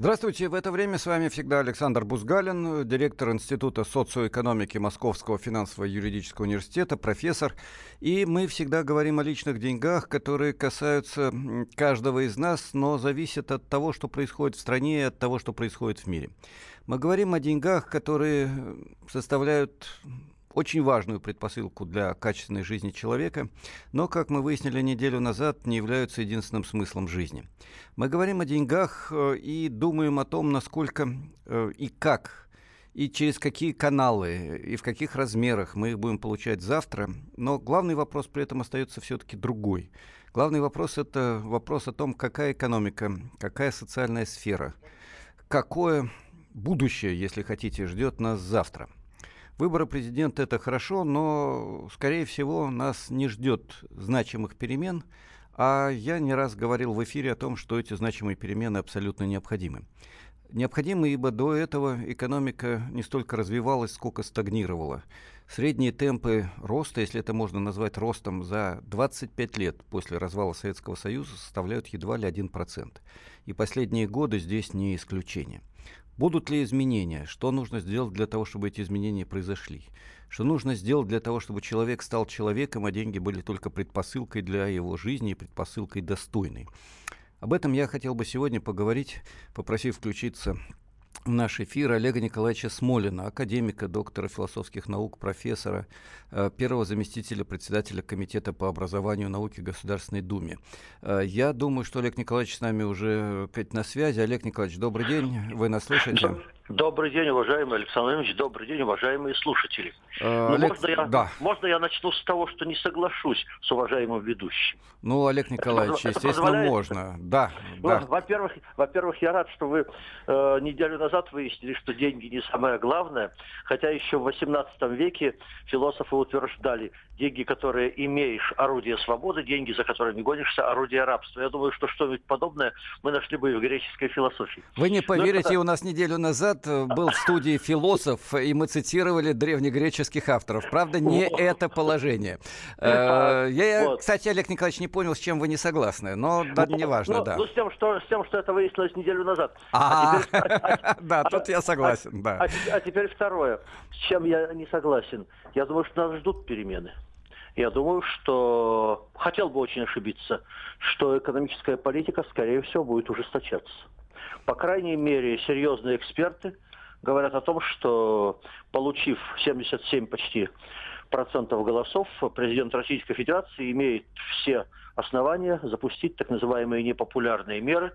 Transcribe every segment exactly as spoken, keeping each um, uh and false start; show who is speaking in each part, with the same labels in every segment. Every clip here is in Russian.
Speaker 1: Здравствуйте. В это время с вами всегда Александр Бузгалин, директор Института социоэкономики Московского финансово-юридического университета, профессор. И мы всегда говорим о личных деньгах, которые касаются каждого из нас, но зависят от того, что происходит в стране, и от того, что происходит в мире. Мы говорим о деньгах, которые составляют очень важную предпосылку для качественной жизни человека, но, как мы выяснили неделю назад, не являются единственным смыслом жизни. Мы говорим о деньгах и думаем о том, насколько и как, и через какие каналы, и в каких размерах мы их будем получать завтра. Но главный вопрос при этом остается все-таки другой. Главный вопрос – это вопрос о том, какая экономика, какая социальная сфера, какое будущее, если хотите, ждет нас завтра. Выборы президента – это хорошо, но, скорее всего, нас не ждет значимых перемен, а я не раз говорил в эфире о том, что эти значимые перемены абсолютно необходимы. Необходимы, ибо до этого экономика не столько развивалась, сколько стагнировала. Средние темпы роста, если это можно назвать ростом, за двадцать пять лет после развала Советского Союза составляют едва ли один процент. И последние годы здесь не исключение. Будут ли изменения? Что нужно сделать для того, чтобы эти изменения произошли? Что нужно сделать для того, чтобы человек стал человеком, а деньги были только предпосылкой для его жизни и предпосылкой достойной? Об этом я хотел бы сегодня поговорить, попросив включиться в наш эфир Олега Николаевича Смолина, академика, доктора философских наук, профессора, первого заместителя председателя Комитета по образованию и науке в Государственной Думе. Я думаю, что Олег Николаевич с нами уже на связи. Олег Николаевич, добрый день, вы нас слышите?
Speaker 2: Добрый день, уважаемый Александр Ильич, добрый день, уважаемые слушатели.
Speaker 1: А, Олег...
Speaker 2: можно, я,
Speaker 1: да.
Speaker 2: можно я начну с того, что не соглашусь с уважаемым ведущим?
Speaker 1: Ну, Олег Николаевич, это, естественно, это можно. Да,
Speaker 2: ну,
Speaker 1: да.
Speaker 2: Во-первых, во-первых, я рад, что вы э, неделю назад выяснили, что деньги не самое главное, хотя еще в восемнадцатом веке философы утверждали, деньги, которые имеешь, орудие свободы, деньги, за которыми гонишься, орудие рабства. Я думаю, что что-нибудь подобное мы нашли бы и в греческой философии.
Speaker 1: Вы не поверите,
Speaker 2: это...
Speaker 1: у нас неделю назад был в студии философ, и мы цитировали древнегреческих авторов. Правда, не вот. Это положение. А, я, вот. Кстати, Олег Николаевич, не понял, с чем вы не согласны, но да,
Speaker 2: ну,
Speaker 1: неважно,
Speaker 2: ну,
Speaker 1: да.
Speaker 2: Ну, с тем, что, с тем, что это выяснилось неделю назад.
Speaker 1: А, да, тут я согласен, да.
Speaker 2: А теперь второе, с чем я не согласен. Я думаю, что нас ждут перемены. Я думаю, что, хотел бы очень ошибиться, что экономическая политика, скорее всего, будет ужесточаться. По крайней мере, серьезные эксперты говорят о том, что, получив семьдесят семь почти процентов голосов, президент Российской Федерации имеет все основания запустить так называемые непопулярные меры.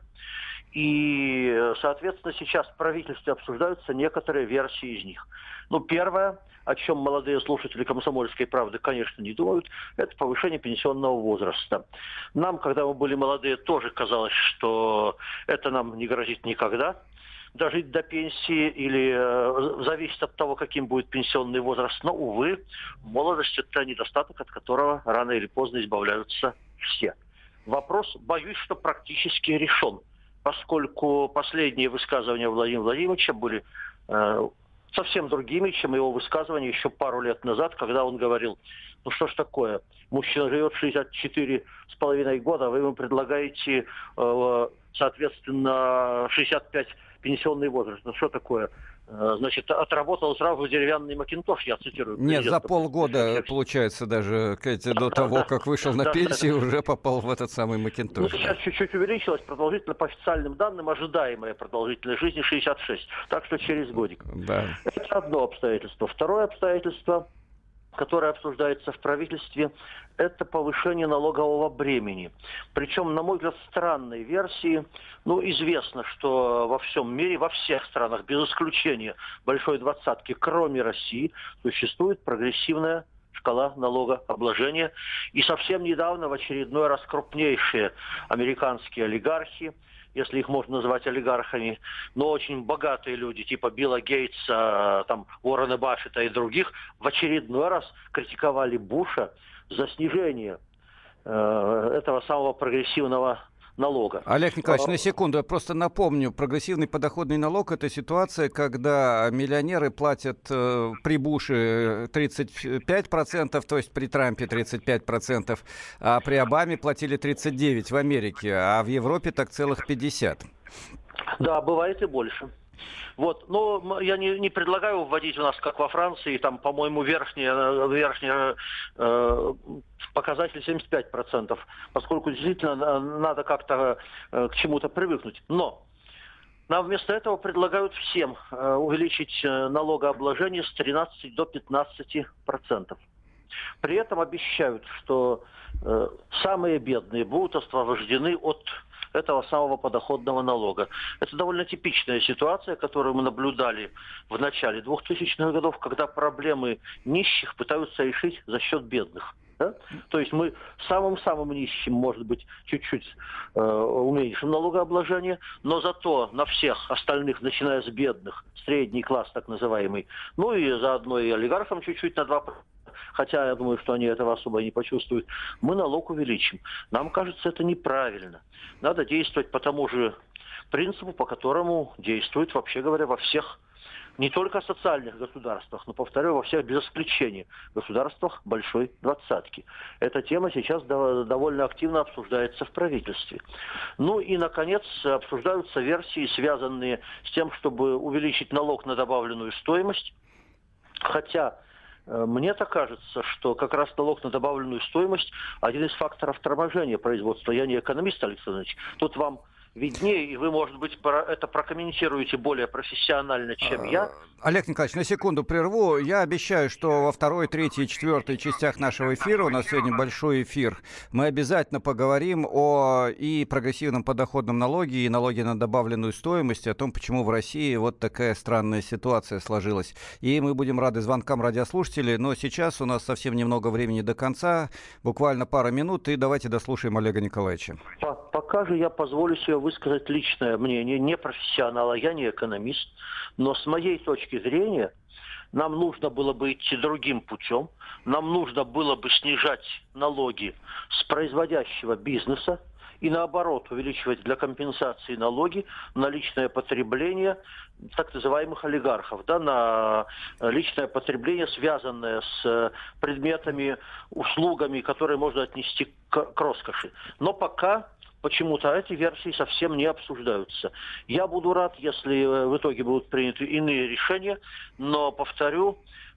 Speaker 2: И, соответственно, сейчас в правительстве обсуждаются некоторые версии из них. Ну, первое, о чем молодые слушатели «Комсомольской правды», конечно, не думают, это повышение пенсионного возраста. Нам, когда мы были молодые, тоже казалось, что это нам не грозит никогда. Дожить до пенсии или э, зависит от того, каким будет пенсионный возраст. Но, увы, молодость – это недостаток, от которого рано или поздно избавляются все. Вопрос, боюсь, что практически решен, поскольку последние высказывания Владимира Владимировича были э, совсем другими, чем его высказывания еще пару лет назад, когда он говорил, ну что ж такое, мужчина живет шестьдесят четыре с половиной года, а вы ему предлагаете, э, соответственно, шестьдесят пять пенсионный возраст. Ну что такое? Значит, отработал сразу деревянный макинтош, я цитирую.
Speaker 1: Нет, за полгода, получается, даже Катя, до того, как вышел на пенсию, уже попал в этот самый макинтош.
Speaker 2: Ну, сейчас чуть-чуть увеличилась продолжительность, по официальным данным, ожидаемая продолжительность жизни шестьдесят шесть. Так что через годик.
Speaker 1: Да.
Speaker 2: Это одно обстоятельство. Второе обстоятельство, которое обсуждается в правительстве, это повышение налогового бремени. Причем, на мой взгляд, странной версии. Ну, известно, что во всем мире, во всех странах, без исключения большой двадцатки, кроме России, существует прогрессивная шкала налогообложения. И совсем недавно, в очередной раз, крупнейшие американские олигархи, если их можно назвать олигархами, но очень богатые люди, типа Билла Гейтса, там, Уоррена Баффета и других, в очередной раз критиковали Буша за снижение э, этого самого прогрессивного налога.
Speaker 1: Олег Николаевич, на секунду, я просто напомню, прогрессивный подоходный налог – это ситуация, когда миллионеры платят э, при Буше тридцать пять процентов, то есть при Трампе тридцать пять процентов, а при Обаме платили тридцать девять процентов в Америке, а в Европе так целых пятьдесят процентов.
Speaker 2: Да, бывает и больше. Вот, но я не, не предлагаю вводить у нас, как во Франции, там, по-моему, верхняя, верхняя э, показатель семьдесят пять процентов, поскольку действительно надо как-то э, к чему-то привыкнуть. Но нам вместо этого предлагают всем э, увеличить налогообложение с тринадцати до пятнадцати процентов. При этом обещают, что э, самые бедные будут освобождены от этого самого подоходного налога. Это довольно типичная ситуация, которую мы наблюдали в начале двухтысячных годов, когда проблемы нищих пытаются решить за счет бедных. Да? То есть мы самым-самым нищим, может быть, чуть-чуть э, уменьшим налогообложение, но зато на всех остальных, начиная с бедных, средний класс так называемый, ну и заодно и олигархам чуть-чуть на два процента, хотя я думаю, что они этого особо не почувствуют, мы налог увеличим. Нам кажется, это неправильно. Надо действовать по тому же принципу, по которому действует, вообще говоря, во всех, не только социальных государствах, но, повторю, во всех без исключения государствах Большой Двадцатки. Эта тема сейчас довольно активно обсуждается в правительстве. Ну и, наконец, обсуждаются версии, связанные с тем, чтобы увеличить налог на добавленную стоимость. Хотя мне-то кажется, что как раз налог на добавленную стоимость один из факторов торможения производства. Я не экономист, Александр Ильич. Тут вам виднее, и вы, может быть, это прокомментируете более профессионально, чем я.
Speaker 1: Олег Николаевич, на секунду прерву. Я обещаю, что во второй, третьей и четвертой частях нашего эфира, у нас сегодня большой эфир, мы обязательно поговорим о и прогрессивном подоходном налоге, и налоге на добавленную стоимость, о том, почему в России вот такая странная ситуация сложилась. И мы будем рады звонкам радиослушателей, но сейчас у нас совсем немного времени до конца, буквально пара минут, и давайте дослушаем Олега Николаевича.
Speaker 2: Пока же я позволю себе высказать личное мнение, не профессионала, я не экономист, но с моей точки зрения нам нужно было бы идти другим путем, нам нужно было бы снижать налоги с производящего бизнеса и, наоборот, увеличивать для компенсации налоги на личное потребление так называемых олигархов, да, на личное потребление, связанное с предметами, услугами, которые можно отнести к, к роскоши. Но пока почему-то эти версии совсем не обсуждаются. Я буду рад, если в итоге будут приняты иные решения, но, повторю,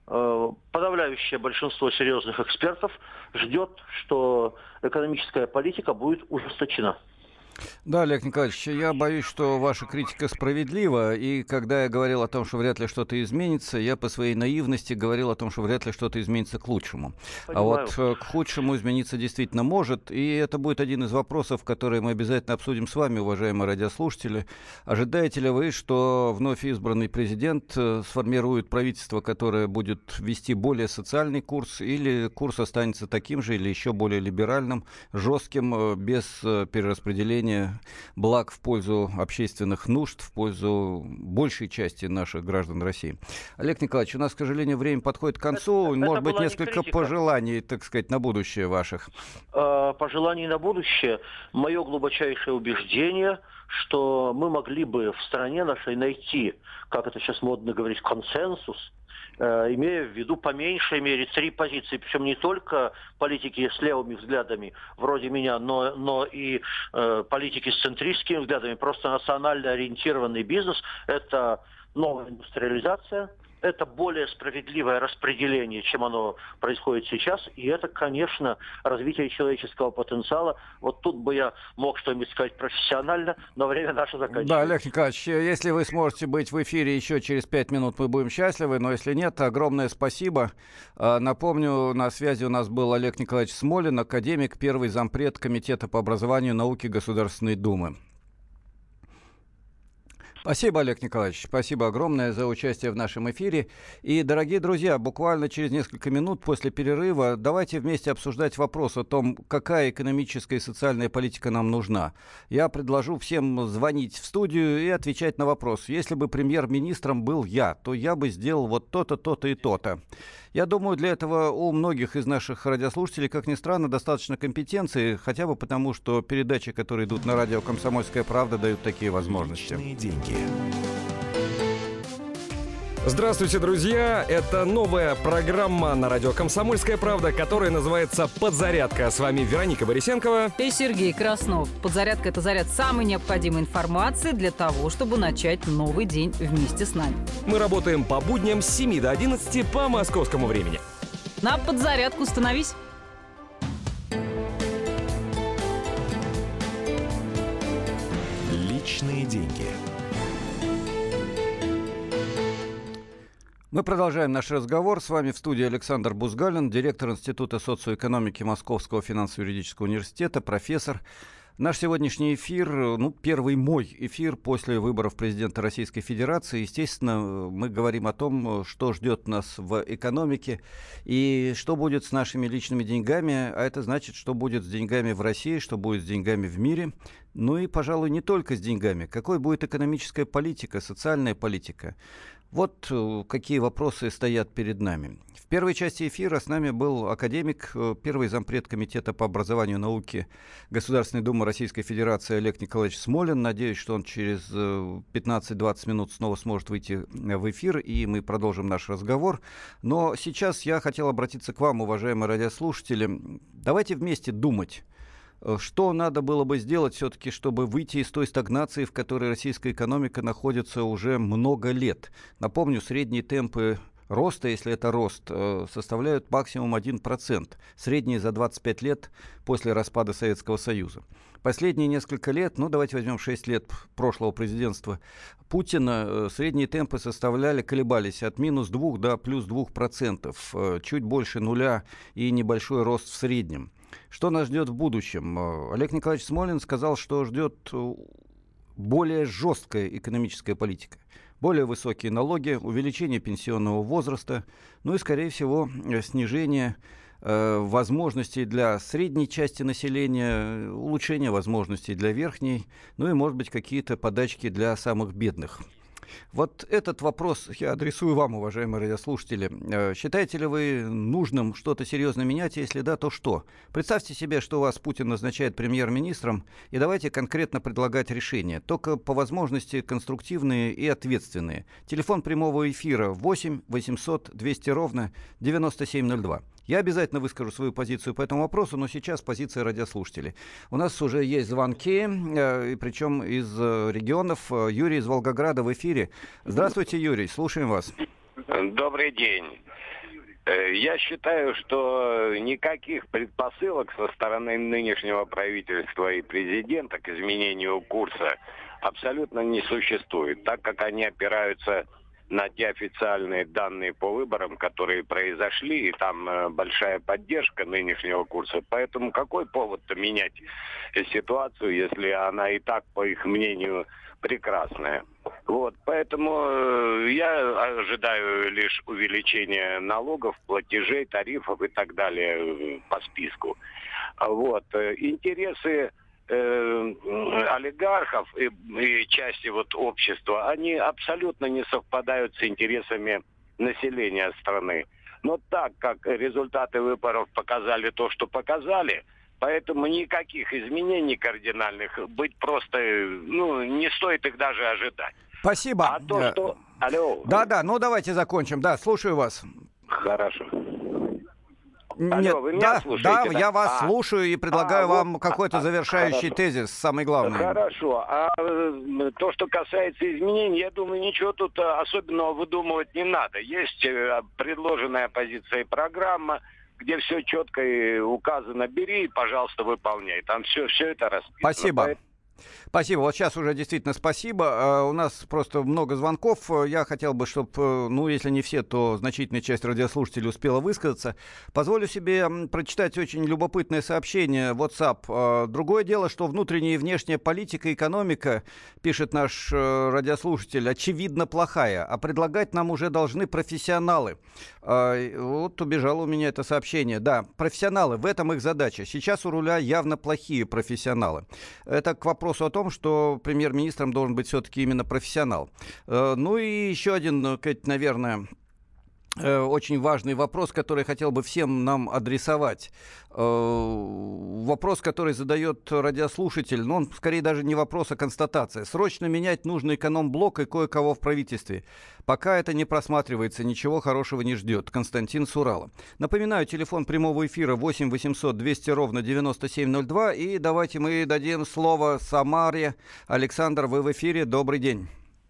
Speaker 2: подавляющее большинство серьезных экспертов ждет, что экономическая политика будет ужесточена.
Speaker 1: Да, Олег Николаевич, я боюсь, что ваша критика справедлива, и когда я говорил о том, что вряд ли что-то изменится, я по своей наивности говорил о том, что вряд ли что-то изменится к лучшему. Понимаю. А вот к худшему измениться действительно может, и это будет один из вопросов, которые мы обязательно обсудим с вами, уважаемые радиослушатели. Ожидаете ли вы, что вновь избранный президент сформирует правительство, которое будет вести более социальный курс, или курс останется таким же, или еще более либеральным, жестким, без перераспределения благ в пользу общественных нужд, в пользу большей части наших граждан России? Олег Николаевич, у нас, к сожалению, время подходит к концу. Это, Может это быть, несколько не пожеланий, так сказать, на будущее ваших.
Speaker 2: Пожеланий на будущее. Мое глубочайшее убеждение, что мы могли бы в стране нашей найти, как это сейчас модно говорить, консенсус, имея в виду по меньшей мере три позиции, причем не только политики с левыми взглядами, вроде меня, но, но и э, политики с центристскими взглядами, просто национально ориентированный бизнес, это новая индустриализация, это более справедливое распределение, чем оно происходит сейчас, и это, конечно, развитие человеческого потенциала. Вот тут бы я мог что-нибудь сказать профессионально, но время наше заканчивается.
Speaker 1: Да, Олег Николаевич, если вы сможете быть в эфире еще через пять минут, мы будем счастливы, но если нет, огромное спасибо. Напомню, на связи у нас был Олег Николаевич Смолин, академик, первый зампред Комитета по образованию и науке Государственной Думы. Спасибо, Олег Николаевич. Спасибо огромное за участие в нашем эфире. И, дорогие друзья, буквально через несколько минут после перерыва давайте вместе обсуждать вопрос о том, какая экономическая и социальная политика нам нужна. Я предложу всем звонить в студию и отвечать на вопрос. Если бы премьер-министром был я, то я бы сделал вот то-то, то-то и то-то. Я думаю, для этого у многих из наших радиослушателей, как ни странно, достаточно компетенции, хотя бы потому, что передачи, которые идут на радио «Комсомольская правда», дают такие возможности.
Speaker 3: Деньги. Здравствуйте, друзья! Это новая программа на радио «Комсомольская правда», которая называется «Подзарядка». С вами Вероника Борисенкова
Speaker 4: и Сергей Краснов. Подзарядка – это заряд самой необходимой информации для того, чтобы начать новый день вместе с нами.
Speaker 3: Мы работаем по будням с семи до одиннадцати по московскому времени.
Speaker 4: На подзарядку становись.
Speaker 5: Личные деньги.
Speaker 1: Мы продолжаем наш разговор. С вами в студии Александр Бузгалин, директор Института социоэкономики Московского финансово-юридического университета, профессор. Наш сегодняшний эфир, ну, первый мой эфир после выборов президента Российской Федерации. Естественно, мы говорим о том, что ждет нас в экономике и что будет с нашими личными деньгами. А это значит, что будет с деньгами в России, что будет с деньгами в мире. Ну и, пожалуй, не только с деньгами. Какой будет экономическая политика, социальная политика? Вот какие вопросы стоят перед нами. В первой части эфира с нами был академик, первый зампред Комитета по образованию и науке Государственной Думы Российской Федерации Олег Николаевич Смолин. Надеюсь, что он через пятнадцать-двадцать минут снова сможет выйти в эфир, и мы продолжим наш разговор. Но сейчас я хотел обратиться к вам, уважаемые радиослушатели. Давайте вместе думать. Что надо было бы сделать все-таки, чтобы выйти из той стагнации, в которой российская экономика находится уже много лет? Напомню, средние темпы роста, если это рост, составляют максимум один процент. Средние за двадцать пять лет после распада Советского Союза. Последние несколько лет, ну давайте возьмем шесть лет прошлого президентства Путина, средние темпы составляли, колебались от минус двух до плюс двух процентов. Чуть больше нуля и небольшой рост в среднем. Что нас ждет в будущем? Олег Николаевич Смолин сказал, что ждет более жесткая экономическая политика. Более высокие налоги, увеличение пенсионного возраста, ну и, скорее всего, снижение э, возможностей для средней части населения, улучшение возможностей для верхней, ну и, может быть, какие-то подачки для самых бедных. Вот этот вопрос я адресую вам, уважаемые радиослушатели. Считаете ли вы нужным что-то серьезно менять? Если да, то что? Представьте себе, что вас Путин назначает премьер-министром, и давайте конкретно предлагать решения. Только по возможности конструктивные и ответственные. Телефон прямого эфира восемь восемьсот двести ровно девяносто семь ноль два. Я обязательно выскажу свою позицию по этому вопросу, но сейчас позиция радиослушателей. У нас уже есть звонки, э, причем из э, регионов. Юрий из Волгограда в эфире. Здравствуйте, Юрий, слушаем вас.
Speaker 6: Добрый день. Я считаю, что никаких предпосылок со стороны нынешнего правительства и президента к изменению курса абсолютно не существует, так как они опираются на те официальные данные по выборам, которые произошли, и там э, большая поддержка нынешнего курса. Поэтому какой повод-то менять ситуацию, если она и так, по их мнению, прекрасная? Вот, поэтому э, я ожидаю лишь увеличения налогов, платежей, тарифов и так далее э, по списку. Вот, э, интересы олигархов и, и части вот общества, они абсолютно не совпадают с интересами населения страны. Но так как результаты выборов показали то, что показали, поэтому никаких изменений кардинальных быть просто, ну, не стоит их даже ожидать.
Speaker 1: Спасибо.
Speaker 6: А то, что... Алло.
Speaker 1: Да-да, ну давайте закончим. Да, слушаю вас.
Speaker 6: Хорошо.
Speaker 1: Нет,
Speaker 6: Алло, вы меня
Speaker 1: да,
Speaker 6: слушаете,
Speaker 1: да,
Speaker 6: да?
Speaker 1: я вас
Speaker 6: а,
Speaker 1: слушаю и предлагаю
Speaker 6: а,
Speaker 1: вам
Speaker 6: вот,
Speaker 1: какой-то
Speaker 6: а,
Speaker 1: завершающий
Speaker 6: хорошо.
Speaker 1: тезис, самый главный.
Speaker 6: Хорошо. А э, то, что касается изменений, я думаю, ничего тут особенного выдумывать не надо. Есть э, предложенная оппозицией программа, где все четко и указано: бери и, пожалуйста, выполняй. Там все, все это расписано.
Speaker 1: Спасибо.
Speaker 6: Поэтому...
Speaker 1: Спасибо. Вот сейчас уже действительно спасибо. Uh, у нас просто много звонков. Uh, я хотел бы, чтобы, uh, ну, если не все, то значительная часть радиослушателей успела высказаться. Позволю себе um, прочитать очень любопытное сообщение в WhatsApp. Uh, другое дело, что внутренняя и внешняя политика и экономика, пишет наш uh, радиослушатель, очевидно плохая, а предлагать нам уже должны профессионалы. Uh, вот убежало у меня это сообщение. Да, профессионалы, в этом их задача. Сейчас у руля явно плохие профессионалы. Это к вопросу о том, что премьер-министром должен быть все-таки именно профессионал. Ну и еще один, наверное, очень важный вопрос, который я хотел бы всем нам адресовать. Вопрос, который задает радиослушатель, но он скорее даже не вопрос, а констатация. Срочно менять нужно эконом-блок и кое-кого в правительстве. Пока это не просматривается, ничего хорошего не ждет. Константин Сурала. Напоминаю, телефон прямого эфира восемь восемьсот двести ровно девяносто семь ноль два. И давайте мы дадим слово Самаре. Александр, вы в эфире. Добрый день.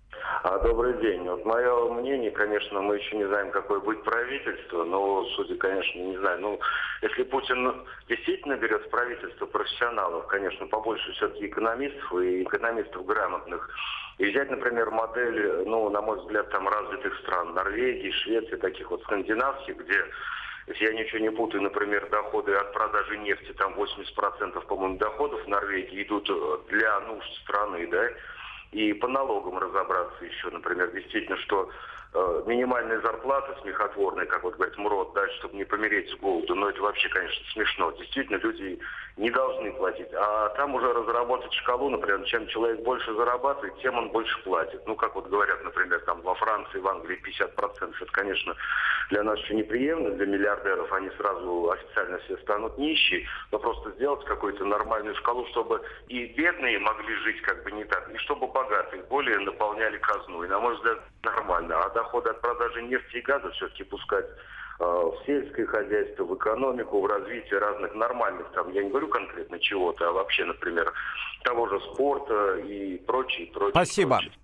Speaker 5: А, добрый день. Вот мое мнение, конечно, мы еще не знаем, какое будет правительство, но, судя, конечно, не знаю. Ну, если Путин действительно берет в правительство профессионалов, конечно, побольше все-таки экономистов и экономистов грамотных, и взять, например, модель, ну, на мой взгляд, там развитых стран, Норвегии, Швеции, таких вот скандинавских, где, если я ничего не путаю, например, доходы от продажи нефти, там восемьдесят процентов, по-моему, доходов в Норвегии идут для нужд страны, да, и по налогам разобраться еще, например, действительно, что э, минимальная зарплата смехотворная, как вот говорит МРОД, да, чтобы не помереть с голоду, но это вообще, конечно, смешно. Действительно, люди не должны платить. А там уже разработать шкалу, например, чем человек больше зарабатывает, тем он больше платит. Ну, как вот говорят, например, там во Франции, в Англии пятьдесят процентов. Это, конечно, для нас еще неприемлемо, для миллиардеров они сразу официально все станут нищие, но просто сделать какую-то нормальную шкалу, чтобы и бедные могли жить как бы не так, и чтобы богатые более наполняли казну. И, на мой взгляд, нормально. А доходы от продажи нефти и газа все-таки пускать э, в сельское хозяйство, в экономику, в развитие разных нормальных, там, я не говорю конкретно чего-то, а вообще, например, того же спорта и прочее, прочее.
Speaker 1: Спасибо.
Speaker 5: Прочее.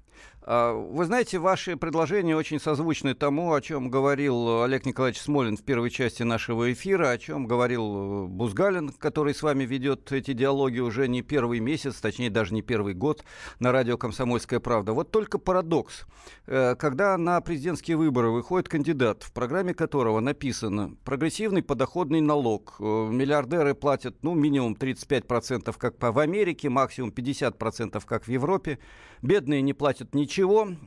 Speaker 1: Вы знаете, ваши предложения очень созвучны тому, о чем говорил Олег Николаевич Смолин в первой части нашего эфира, о чем говорил Бузгалин, который с вами ведет эти диалоги уже не первый месяц, точнее даже не первый год на радио «Комсомольская правда». Вот только парадокс. Когда на президентские выборы выходит кандидат, в программе которого написано «прогрессивный подоходный налог», миллиардеры платят ну, минимум тридцать пять процентов, как в Америке, максимум пятьдесят процентов, как в Европе, бедные не платят ничего,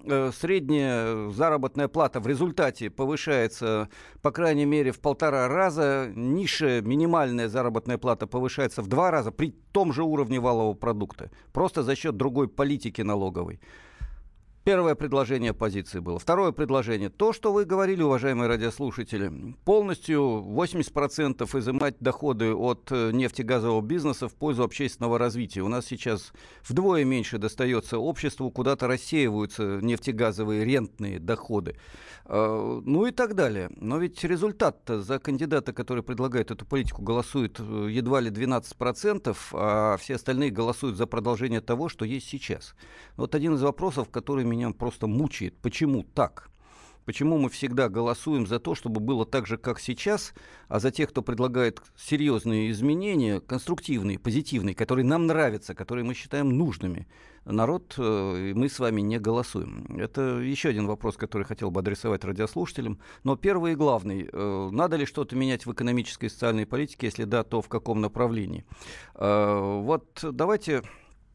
Speaker 1: средняя заработная плата в результате повышается, по крайней мере, в полтора раза, низшая минимальная заработная плата повышается в два раза при том же уровне валового продукта, просто за счет другой политики налоговой. Первое предложение оппозиции было. Второе предложение. То, что вы говорили, уважаемые радиослушатели, полностью восемьдесят процентов изымать доходы от нефтегазового бизнеса в пользу общественного развития. У нас сейчас вдвое меньше достается обществу, куда-то рассеиваются нефтегазовые рентные доходы. Ну и так далее. Но ведь результат-то за кандидата, который предлагает эту политику, голосует едва ли двенадцать процентов, а все остальные голосуют за продолжение того, что есть сейчас. Вот один из вопросов, который меня просто мучает. Почему так? Почему мы всегда голосуем за то, чтобы было так же, как сейчас, а за тех, кто предлагает серьезные изменения, конструктивные, позитивные, которые нам нравятся, которые мы считаем нужными, народ, мы с вами не голосуем? Это еще один вопрос, который хотел бы адресовать радиослушателям. Но первый и главный. Надо ли что-то менять в экономической и социальной политике? Если да, то в каком направлении? Вот давайте...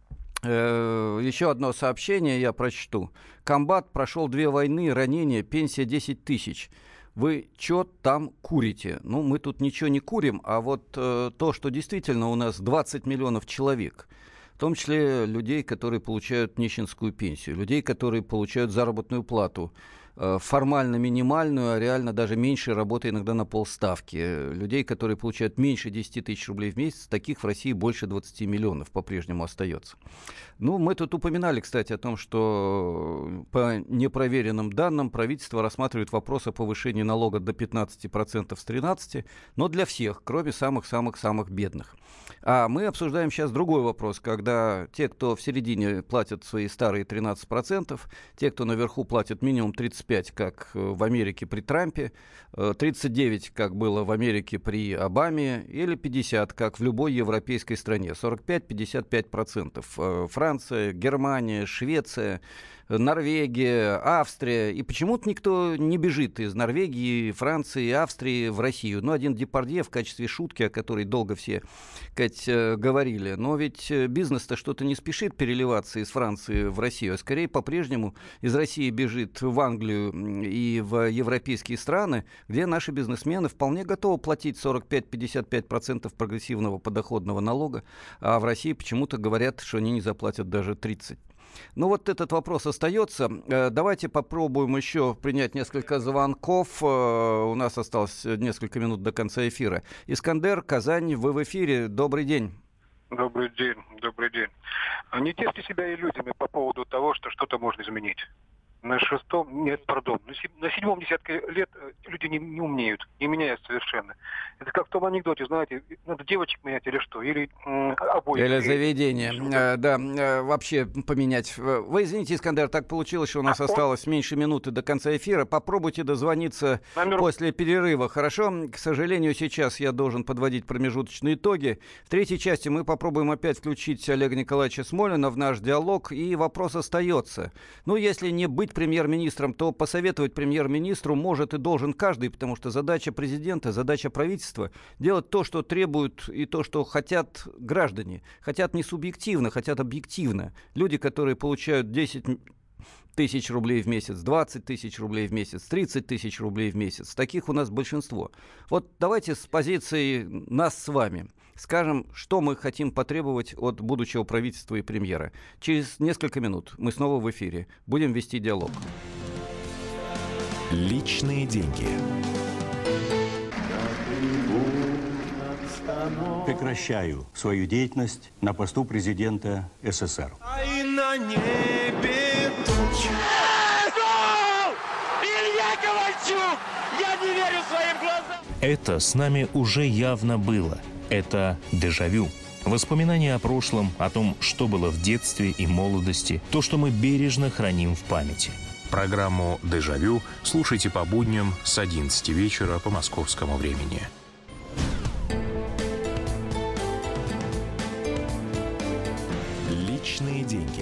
Speaker 1: Еще одно сообщение я прочту. Комбат прошел две войны, ранения, пенсия десять тысяч. Вы что там курите? Ну, мы тут ничего не курим, а вот э, то, что действительно у нас двадцать миллионов человек, в том числе людей, которые получают нищенскую пенсию, людей, которые получают заработную плату, формально минимальную, а реально даже меньше, работая иногда на полставки. Людей, которые получают меньше десять тысяч рублей в месяц, таких в России больше двадцать миллионов по-прежнему остается. Ну, мы тут упоминали, кстати, о том, что по непроверенным данным правительство рассматривает вопрос о повышении налога до пятнадцати процентов с тринадцати процентов, но для всех, кроме самых-самых-самых бедных. А мы обсуждаем сейчас другой вопрос, когда те, кто в середине платят свои старые тринадцать процентов, те, кто наверху платят минимум тридцать пять, как в Америке при Трампе, тридцать девять, как было в Америке при Обаме, или пятьдесят, как в любой европейской стране, сорок пять - пятьдесят пять процентов. Франция, Германия, Швеция, Норвегия, Австрия. И почему-то никто не бежит из Норвегии, Франции, Австрии в Россию. Ну, один Депардье в качестве шутки, о которой долго все, Кать, говорили. Но ведь бизнес-то что-то не спешит переливаться из Франции в Россию, а скорее по-прежнему из России бежит в Англию и в европейские страны, где наши бизнесмены вполне готовы платить сорок пять - пятьдесят пять процентов прогрессивного подоходного налога, а в России почему-то говорят, что они не заплатят даже тридцать процентов. Ну вот этот вопрос остается. Давайте попробуем еще принять несколько звонков. У нас осталось несколько минут до конца эфира. Искандер, Казань, вы в эфире. Добрый день.
Speaker 7: Добрый день, добрый день. Не тешьте себя иллюзиями по поводу того, что что-то можно изменить. На шестом, нет, пардон, на седьмом десятке лет люди не, не умнеют, не меняются совершенно. Это как в том анекдоте, знаете, надо девочек менять или что, или м, обои.
Speaker 1: Или заведение, а, да, а, вообще поменять. Вы извините, Искандер, так получилось, что у нас а осталось он... меньше минуты до конца эфира. Попробуйте дозвониться Номер... после перерыва, хорошо? К сожалению, сейчас я должен подводить промежуточные итоги. В третьей части мы попробуем опять включить Олега Николаевича Смолина в наш диалог, и вопрос остается. Ну, если не быть премьер-министром, то посоветовать премьер-министру может и должен каждый, потому что задача президента, задача правительства делать то, что требуют и то, что хотят граждане. Хотят не субъективно, хотят объективно. Люди, которые получают десять тысяч рублей в месяц, двадцать тысяч рублей в месяц, тридцать тысяч рублей в месяц. Таких у нас большинство. Вот давайте с позиции нас с вами скажем, что мы хотим потребовать от будущего правительства и премьера. Через несколько минут мы снова в эфире. Будем вести диалог.
Speaker 8: Личные деньги.
Speaker 9: Прекращаю свою деятельность на посту президента СССР.
Speaker 10: Ай, на небе тучи. Илья Ковальчук! Я не верю своим глазам!
Speaker 8: Это с нами уже явно было. Это дежавю. Воспоминания о прошлом, о том, что было в детстве и молодости, то, что мы бережно храним в памяти.
Speaker 11: Программу «Дежавю» слушайте по будням с одиннадцати вечера по московскому времени.
Speaker 8: Личные деньги.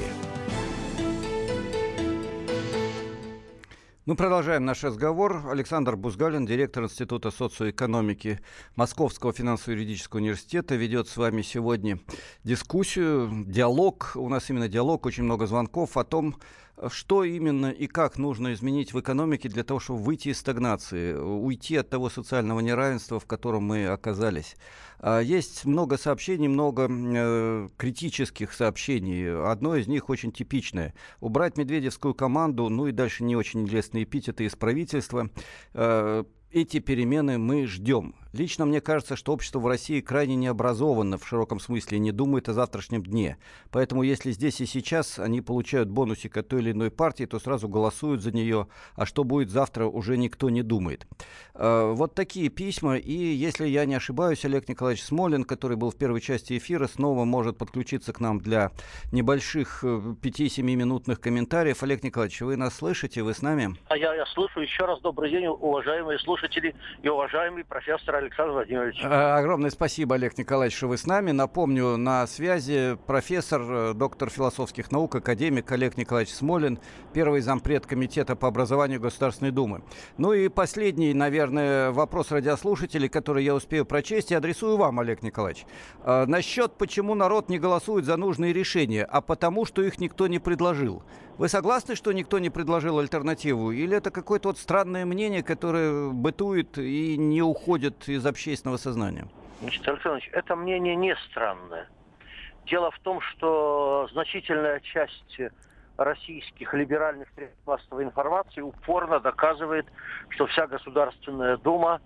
Speaker 1: Мы продолжаем наш разговор. Александр Бузгалин, директор Института социоэкономики Московского финансово-юридического университета, ведет с вами сегодня дискуссию, диалог. У нас именно диалог, очень много звонков о том, что именно и как нужно изменить в экономике для того, чтобы выйти из стагнации, уйти от того социального неравенства, в котором мы оказались. Есть много сообщений, много э, критических сообщений. Одно из них очень типичное. Убрать медведевскую команду, ну и дальше не очень лестные эпитеты из правительства. Э, эти перемены мы ждем. Лично мне кажется, что общество в России крайне необразованно в широком смысле, не думает о завтрашнем дне. Поэтому если здесь и сейчас они получают бонусик от той или иной партии, то сразу голосуют за нее, а что будет завтра, уже никто не думает. Э, вот такие письма, и если я не ошибаюсь, Олег Николаевич Смолин, который был в первой части эфира, снова может подключиться к нам для небольших пяти-семиминутных комментариев. Олег Николаевич, вы нас слышите? Вы с нами?
Speaker 2: А я, я слышу. Еще раз добрый день, уважаемые слушатели и уважаемый профессор Александр Владимирович.
Speaker 1: Огромное спасибо, Олег Николаевич, что вы с нами. Напомню, на связи профессор, доктор философских наук, академик Олег Николаевич Смолин, первый зампред комитета по образованию Государственной Думы. Ну и последний, наверное, вопрос радиослушателей, который я успею прочесть, и адресую вам, Олег Николаевич. А, насчет, почему народ не голосует за нужные решения, а потому, что их никто не предложил. Вы согласны, что никто не предложил альтернативу? Или это какое-то вот странное мнение, которое бытует и не уходит из общественного сознания?
Speaker 2: Значит, Александр Ильич, это мнение не странное. Дело в том, что значительная часть российских либеральных средств массовой информации упорно доказывает, что вся Государственная Дума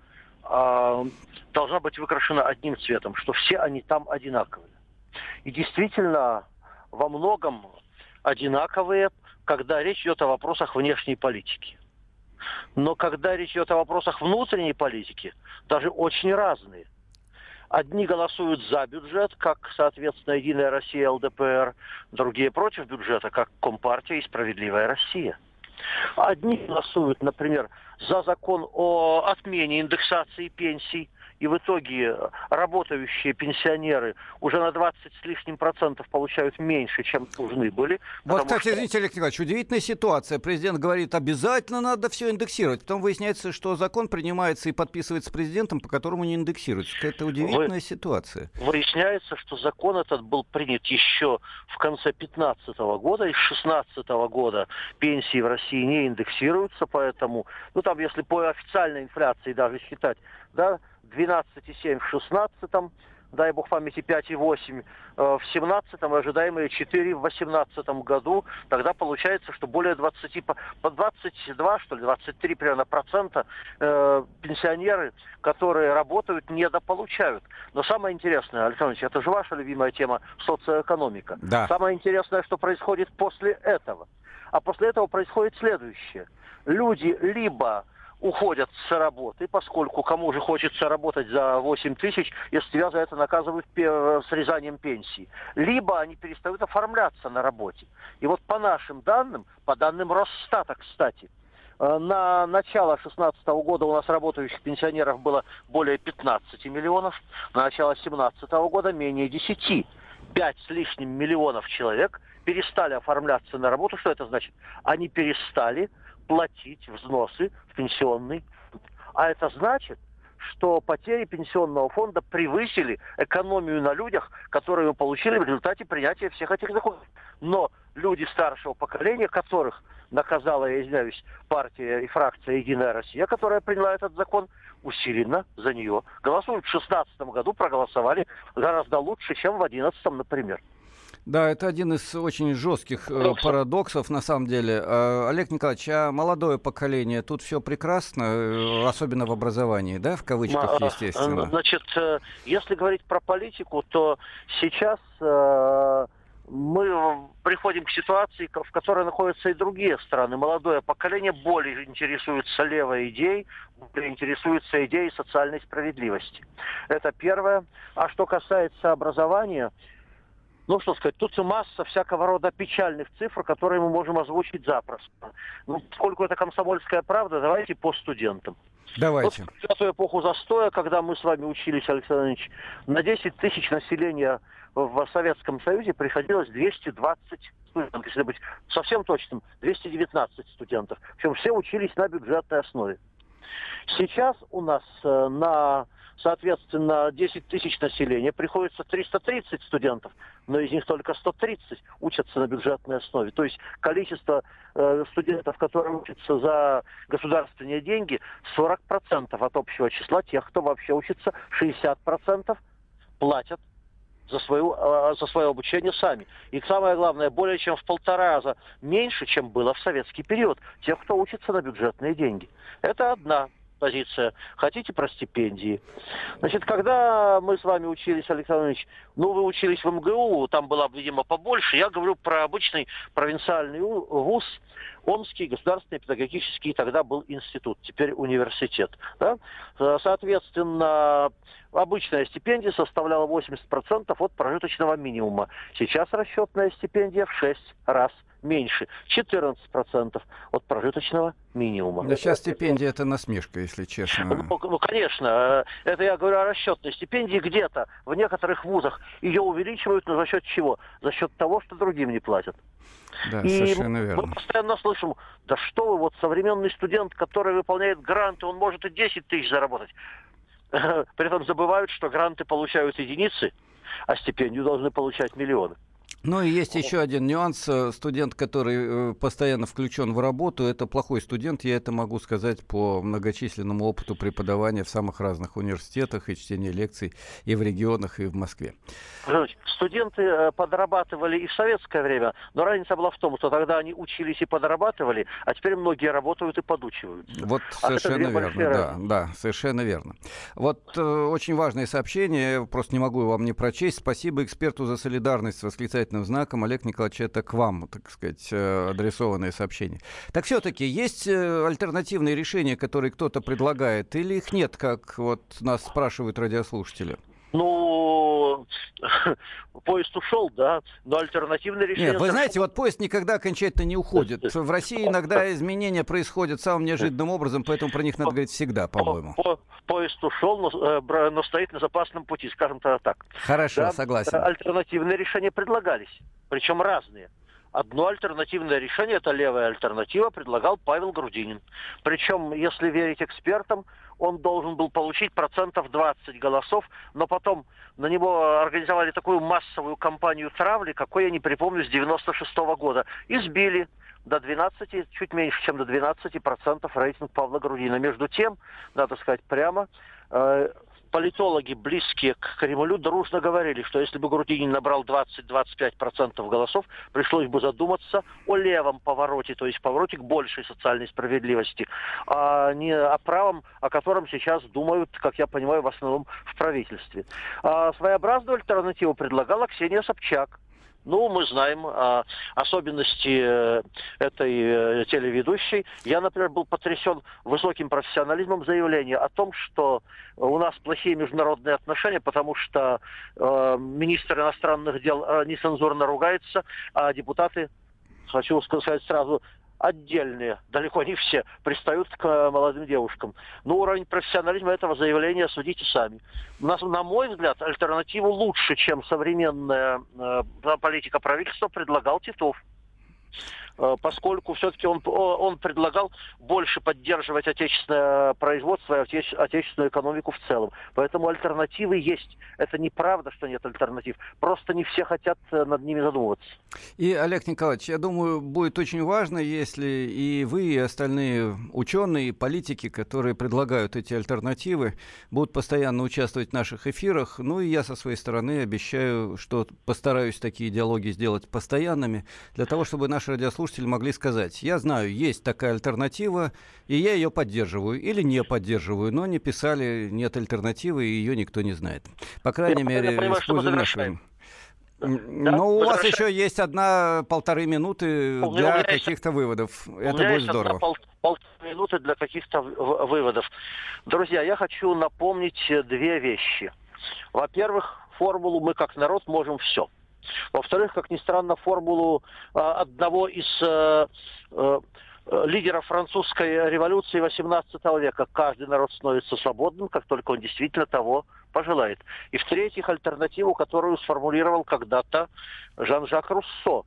Speaker 2: э, должна быть выкрашена одним цветом, что все они там одинаковые. И действительно, во многом одинаковые, когда речь идет о вопросах внешней политики. Но когда речь идет о вопросах внутренней политики, даже очень разные. Одни голосуют за бюджет, как, соответственно, Единая Россия, ЛДПР, другие против бюджета, как Компартия и Справедливая Россия. Одни голосуют, например, за закон о отмене индексации пенсий, и в итоге работающие пенсионеры уже на двадцать с лишним процентов получают меньше, чем должны были.
Speaker 1: Вот, кстати,
Speaker 2: что...
Speaker 1: извините, Олег Николаевич, удивительная ситуация. Президент говорит, обязательно надо все индексировать. Потом выясняется, что закон принимается и подписывается президентом, по которому не индексируется. Это удивительная Вы... ситуация.
Speaker 2: Выясняется, что закон этот был принят еще в конце две тысячи пятнадцатого года, и с две тысячи шестнадцатого года пенсии в России не индексируются, поэтому, ну там, если по официальной инфляции даже считать, да, двенадцать целых семь десятых в шестнадцатом, дай бог памяти, пять и восемь в семнадцатом и ожидаемые четыре в восемнадцатом году. Тогда получается, что более двадцати, по двадцать два, что ли, двадцать три примерно процента э, пенсионеры, которые работают, недополучают. Но самое интересное, Александр Ильич, это же ваша любимая тема социоэкономика.
Speaker 1: Да.
Speaker 2: Самое интересное, что происходит после этого. А после этого происходит следующее. Люди либо уходят с работы, поскольку кому же хочется работать за восемь тысяч, если тебя за это наказывают срезанием пенсии. Либо они перестают оформляться на работе. И вот по нашим данным, по данным Росстата, кстати, на начало две тысячи шестнадцатого года у нас работающих пенсионеров было более пятнадцати миллионов, на начало две тысячи семнадцатого года менее десяти. пять с лишним миллионов человек перестали оформляться на работу. Что это значит? Они перестали платить взносы в пенсионный фонд. А это значит, что потери пенсионного фонда превысили экономию на людях, которые мы получили в результате принятия всех этих законов. Но люди старшего поколения, которых наказала, я извиняюсь, партия и фракция «Единая Россия», которая приняла этот закон, усиленно за нее голосуют. В две тысячи шестнадцатом году проголосовали гораздо лучше, чем в две тысячи одиннадцатом, например.
Speaker 1: Да, это один из очень жестких э, парадоксов, на самом деле. Э, Олег Николаевич, а молодое поколение, тут все прекрасно, э, особенно в образовании, да, в кавычках, естественно?
Speaker 2: Значит, э, если говорить про политику, то сейчас э, мы приходим к ситуации, в которой находятся и другие страны. Молодое поколение более интересуется левой идеей, более интересуется идеей социальной справедливости. Это первое. А что касается образования, ну, что сказать, тут масса всякого рода печальных цифр, которые мы можем озвучить запросто. Ну, поскольку это комсомольская правда, давайте по студентам.
Speaker 1: Давайте.
Speaker 2: Вот в эту эпоху застоя, когда мы с вами учились, Александр Ильич, на десять тысяч населения в Советском Союзе приходилось двести двадцать студентов. Если быть совсем точным, двести девятнадцать студентов. Причем все учились на бюджетной основе. Сейчас у нас на, соответственно, десять тысяч населения приходится триста тридцать студентов, но из них только сто тридцать учатся на бюджетной основе. То есть количество э, студентов, которые учатся за государственные деньги, сорок процентов от общего числа тех, кто вообще учится, шестьдесят процентов платят за, свою, э, за свое обучение сами. И самое главное, более чем в полтора раза меньше, чем было в советский период, тех, кто учится на бюджетные деньги. Это одна позиция. Хотите про стипендии? Значит, когда мы с вами учились, Александр Ильич, ну, вы учились в эм гэ у, там было, видимо, побольше. Я говорю про обычный провинциальный вуз, Омский государственный педагогический, тогда был институт, теперь университет. Да? Соответственно, обычная стипендия составляла восемьдесят процентов от прожиточного минимума. Сейчас расчетная стипендия в шесть раз меньше, четырнадцать процентов от прожиточного минимума.
Speaker 1: Да сейчас стипендия — это насмешка, если честно.
Speaker 2: Ну, ну, конечно, это я говорю о расчетной стипендии. Где-то в некоторых вузах ее увеличивают, но за счет чего? За счет того, что другим не платят.
Speaker 1: Да,
Speaker 2: и
Speaker 1: совершенно верно.
Speaker 2: Мы постоянно слышим, да что вы, вот современный студент, который выполняет гранты, он может и десять тысяч заработать. При этом забывают, что гранты получают единицы, а стипендию должны получать миллионы.
Speaker 1: Ну и есть еще один нюанс. Студент, который постоянно включен в работу, это плохой студент. Я это могу сказать по многочисленному опыту преподавания в самых разных университетах и чтения лекций и в регионах, и в Москве.
Speaker 2: Студенты подрабатывали и в советское время, но разница была в том, что тогда они учились и подрабатывали, а теперь многие работают и подучиваются.
Speaker 1: Вот совершенно а верно, да, да, совершенно верно. Вот э, очень важное сообщение, я просто не могу вам не прочесть. Спасибо эксперту за солидарность с восклицательным знаком. Олег Николаевич, это к вам, так сказать, адресованное сообщение. Так все-таки есть альтернативные решения, которые кто-то предлагает, или их нет, как вот нас спрашивают радиослушатели?
Speaker 2: Ну, поезд ушел, да, но альтернативные решения...
Speaker 1: Нет, вы знаете, вот поезд никогда окончательно не уходит. В России иногда изменения происходят самым неожиданным образом, поэтому про них надо говорить всегда, по-моему.
Speaker 2: Поезд ушел, но, но стоит на запасном пути, скажем так.
Speaker 1: Хорошо,
Speaker 2: да,
Speaker 1: согласен.
Speaker 2: Альтернативные решения предлагались, причем разные. Одно альтернативное решение, это левая альтернатива, предлагал Павел Грудинин. Причем, если верить экспертам, он должен был получить процентов двадцать голосов, но потом на него организовали такую массовую кампанию травли, какой я не припомню, с девяносто шестого года. И сбили до двенадцати, чуть меньше, чем до двенадцати процентов рейтинг Павла Грудинина. Между тем, надо сказать прямо, э, политологи, близкие к Кремлю, дружно говорили, что если бы Грудинин набрал двадцать-двадцать пять процентов голосов, пришлось бы задуматься о левом повороте, то есть повороте к большей социальной справедливости, а не о правом, о котором сейчас думают, как я понимаю, в основном в правительстве. А своеобразную альтернативу предлагала Ксения Собчак. Ну, мы знаем а, особенности э, этой э, телеведущей. Я, например, был потрясен высоким профессионализмом заявления о том, что у нас плохие международные отношения, потому что э, министр иностранных дел э, нецензурно ругается, а депутаты, хочу сказать сразу, отдельные, далеко не все, пристают к молодым девушкам. Но уровень профессионализма этого заявления судите сами. На, на мой взгляд, альтернативу лучше, чем современная э, политика правительства, предлагал Титов. Э, поскольку все-таки он, он предлагал больше поддерживать отечественное производство и отече, отечественную экономику в целом. Поэтому альтернативы есть. Это неправда, что нет альтернатив. Просто не все хотят над ними задумываться.
Speaker 1: И, Олег Николаевич, я думаю, будет очень важно, если и вы, и остальные ученые, и политики, которые предлагают эти альтернативы, будут постоянно участвовать в наших эфирах. Ну и я со своей стороны обещаю, что постараюсь такие диалоги сделать постоянными, для того, чтобы наши радиослушатели могли сказать: я знаю, есть такая альтернатива, и я ее поддерживаю или не поддерживаю, но не писали, нет альтернативы, и ее никто не знает. По крайней я мере, понимаю, используем наши... Да? Но у вас еще есть одна-полторы минуты у для каких-то есть... выводов. У Это будет здорово.
Speaker 2: Пол... полторы минуты для каких-то выводов. Друзья, я хочу напомнить две вещи. Во-первых, формулу «мы как народ можем все». Во-вторых, как ни странно, формулу а, одного из а, а, лидеров французской революции восемнадцатого века: каждый народ становится свободным, как только он действительно того пожелает. И в-третьих, альтернативу, которую сформулировал когда-то Жан-Жак Руссо,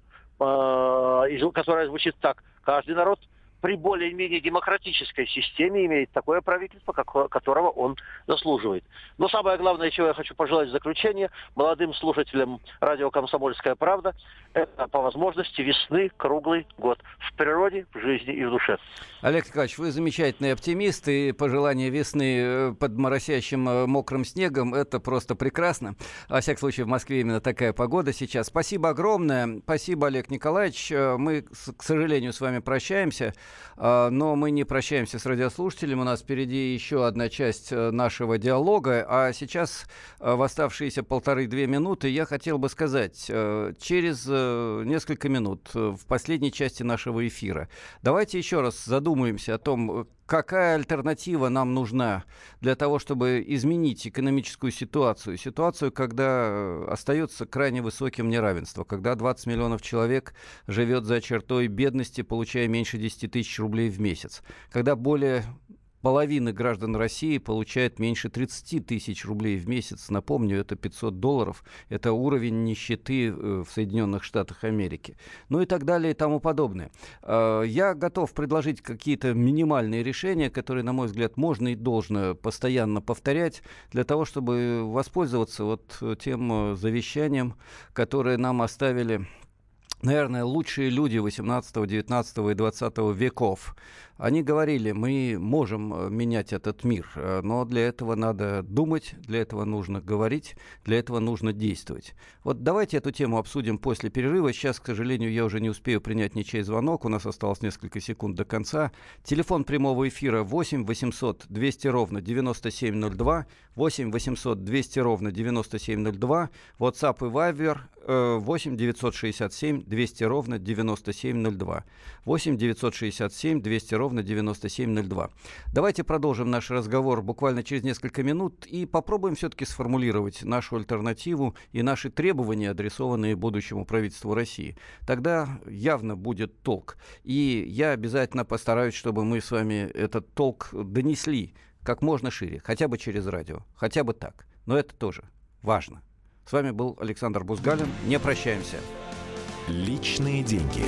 Speaker 2: э, которая звучит так: каждый народ при более-менее демократической системе имеет такое правительство, как, которого он заслуживает. Но самое главное, чего я хочу пожелать в заключение молодым слушателям радио «Комсомольская правда», это по возможности весны круглый год. В природе, в жизни и в душе.
Speaker 1: Олег Николаевич, вы замечательный оптимист, и пожелание весны под моросящим мокрым снегом — это просто прекрасно. Во всяком случае, в Москве именно такая погода сейчас. Спасибо огромное. Спасибо, Олег Николаевич. Мы, к сожалению, с вами прощаемся. Но мы не прощаемся с радиослушателем. У нас впереди еще одна часть нашего диалога. А сейчас, в оставшиеся полторы-две минуты, я хотел бы сказать: через несколько минут, в последней части нашего эфира, давайте еще раз задумаемся о том, какая альтернатива нам нужна для того, чтобы изменить экономическую ситуацию. Ситуацию, когда остается крайне высоким неравенство, когда двадцать миллионов человек живет за чертой бедности, получая меньше десять тысяч рублей в месяц, когда более половины граждан России получают меньше тридцать тысяч рублей в месяц. Напомню, это пятьсот долларов. Это уровень нищеты в Соединенных Штатах Америки. Ну и так далее и тому подобное. Я готов предложить какие-то минимальные решения, которые, на мой взгляд, можно и должно постоянно повторять, для того, чтобы воспользоваться вот тем завещанием, которое нам оставили, наверное, лучшие люди восемнадцатого, девятнадцатого и двадцатого веков. Они говорили: мы можем менять этот мир, но для этого надо думать, для этого нужно говорить, для этого нужно действовать. Вот давайте эту тему обсудим после перерыва. Сейчас, к сожалению, я уже не успею принять ничей звонок. У нас осталось несколько секунд до конца. Телефон прямого эфира восемь восемьсот двести ровно девяносто семь ноль два, восемь восемьсот двести ровно девяносто семь ноль два, WhatsApp и Viber э, восемь девятьсот шестьдесят семь двести ровно девяносто семь ноль два, восемь девятьсот шестьдесят семь двести ровно девяносто семь ноль два. Давайте продолжим наш разговор буквально через несколько минут и попробуем все-таки сформулировать нашу альтернативу и наши требования, адресованные будущему правительству России. Тогда явно будет толк. И я обязательно постараюсь, чтобы мы с вами этот толк донесли как можно шире, хотя бы через радио, хотя бы так. Но это тоже важно. С вами был Александр Бузгалин. Не прощаемся.
Speaker 12: Личные деньги.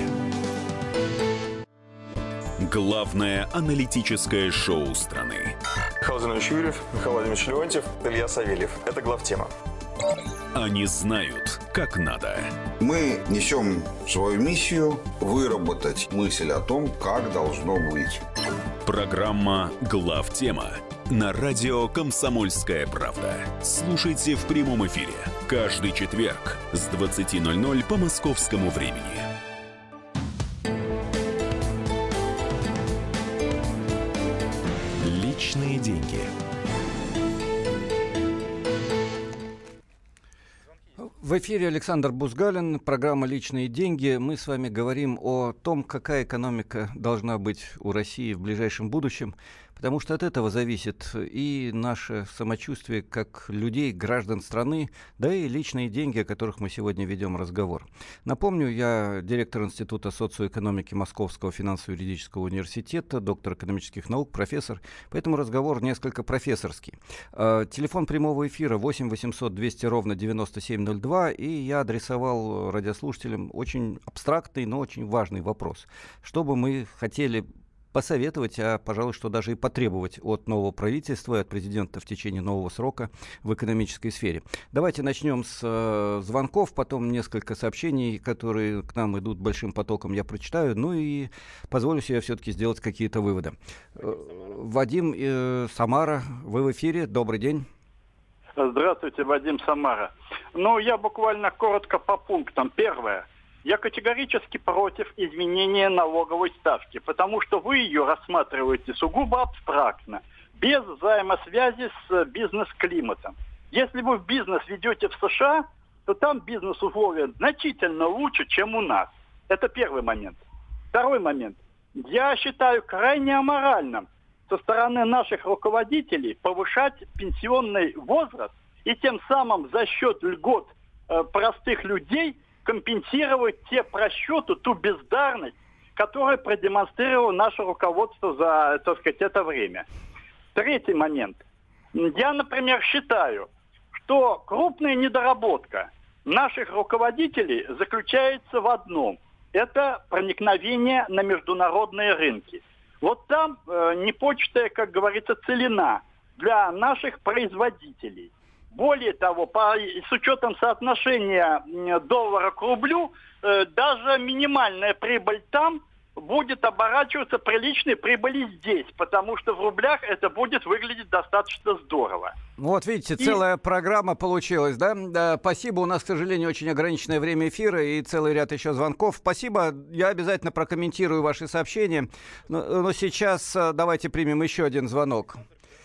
Speaker 12: Главное аналитическое шоу страны.
Speaker 13: Михаил Зинович Юрьев, Михаил Владимирович Леонтьев, Илья Савельев. Это главтема.
Speaker 12: Они знают, как надо.
Speaker 14: Мы несем свою миссию выработать мысль о том, как должно быть.
Speaker 12: Программа «Главтема» на радио «Комсомольская правда». Слушайте в прямом эфире каждый четверг с двадцати ноль-ноль по московскому времени.
Speaker 8: Личные деньги.
Speaker 1: В эфире Александр Бузгалин, программа «Личные деньги». Мы с вами говорим о том, какая экономика должна быть у России в ближайшем будущем, потому что от этого зависит и наше самочувствие как людей, граждан страны, да и личные деньги, о которых мы сегодня ведем разговор. Напомню, я директор Института социоэкономики Московского финансово-юридического университета, доктор экономических наук, профессор, поэтому разговор несколько профессорский. Телефон прямого эфира восемь восемьсот двести ровно девяносто семь ноль два, и я адресовал радиослушателям очень абстрактный, но очень важный вопрос. Что бы мы хотели посоветовать, а, пожалуй, что даже и потребовать от нового правительства и от президента в течение нового срока в экономической сфере. Давайте начнем с э, звонков, потом несколько сообщений, которые к нам идут большим потоком, я прочитаю, ну и позволю себе все-таки сделать какие-то выводы. Э, Вадим, э, Самара, вы в эфире, добрый день.
Speaker 15: Здравствуйте, Вадим, Самара. Ну, я буквально коротко по пунктам. Первое. Я категорически против изменения налоговой ставки, потому что вы ее рассматриваете сугубо абстрактно, без взаимосвязи с бизнес-климатом. Если вы в бизнес ведете в США, то там бизнес-условия значительно лучше, чем у нас. Это первый момент. Второй момент. Я считаю крайне аморальным со стороны наших руководителей повышать пенсионный возраст и тем самым за счет льгот э, простых людей компенсировать те просчеты, ту бездарность, которую продемонстрировало наше руководство за, так сказать, это время. Третий момент. Я, например, считаю, что крупная недоработка наших руководителей заключается в одном. Это проникновение на международные рынки. Вот там э, непочатая, как говорится, целина для наших производителей. Более того, по, с учетом соотношения доллара к рублю, э, даже минимальная прибыль там будет оборачиваться приличной прибыли здесь, потому что в рублях это будет выглядеть достаточно здорово.
Speaker 1: Вот видите,
Speaker 15: И...
Speaker 1: целая программа получилась, да? Да? Спасибо, у нас, к сожалению, очень ограниченное время эфира и целый ряд еще звонков. Спасибо, я обязательно прокомментирую ваши сообщения, но, но сейчас давайте примем еще один звонок.